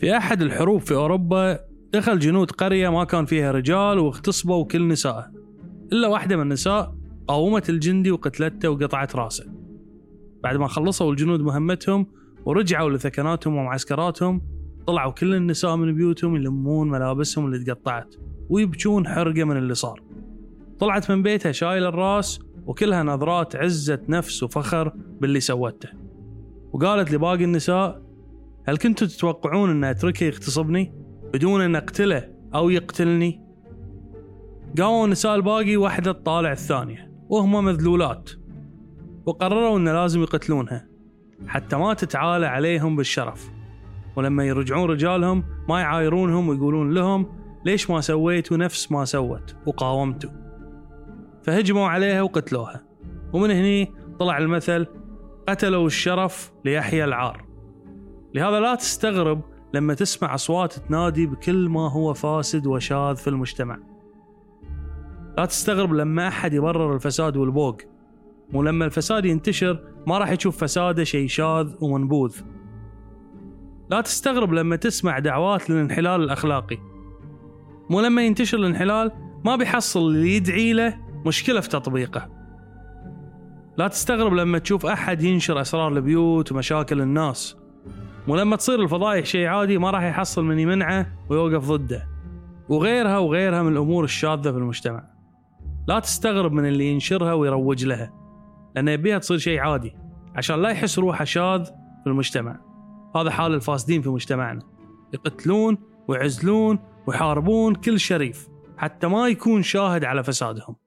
في أحد الحروب في أوروبا دخل جنود قرية ما كان فيها رجال واغتصبوا كل نسائه، إلا واحدة من النساء قاومت الجندي وقتلته وقطعت راسه. بعد ما خلصوا الجنود مهمتهم ورجعوا لثكناتهم ومعسكراتهم، طلعوا كل النساء من بيوتهم يلمون ملابسهم اللي تقطعت ويبكون حرقة من اللي صار. طلعت من بيتها شايل الراس وكلها نظرات عزة نفس وفخر باللي سوته، وقالت لباقي النساء: هل كنتوا تتوقعون أن أتركه يغتصبني بدون أن أقتله أو يقتلني؟ قاموا النساء الباقي واحدة تطالع الثانية وهم مذلولات، وقرروا أن لازم يقتلونها حتى ما تتعالى عليهم بالشرف، ولما يرجعون رجالهم ما يعايرونهم ويقولون لهم ليش ما سويتوا نفس ما سوت وقاومتوا. فهجموا عليها وقتلوها. ومن هنا طلع المثل: قتلوا الشرف ليحيى العار. لهذا لا تستغرب لما تسمع أصوات تنادي بكل ما هو فاسد وشاذ في المجتمع. لا تستغرب لما أحد يبرر الفساد والبوق، ولما الفساد ينتشر ما راح يشوف فساده شيء شاذ ومنبوذ. لا تستغرب لما تسمع دعوات للانحلال الأخلاقي، ولما ينتشر الانحلال ما بيحصل اللي يدعي له مشكلة في تطبيقه. لا تستغرب لما تشوف أحد ينشر أسرار البيوت ومشاكل الناس، ولما تصير الفضائح شيء عادي ما راح يحصل من يمنعه ويوقف ضده، وغيرها من الأمور الشاذة في المجتمع. لا تستغرب من اللي ينشرها ويروج لها، لأن يبيها تصير شيء عادي عشان لا يحس روحه شاذ في المجتمع. هذا حال الفاسدين في مجتمعنا، يقتلون ويعزلون ويحاربون كل شريف حتى ما يكون شاهد على فسادهم.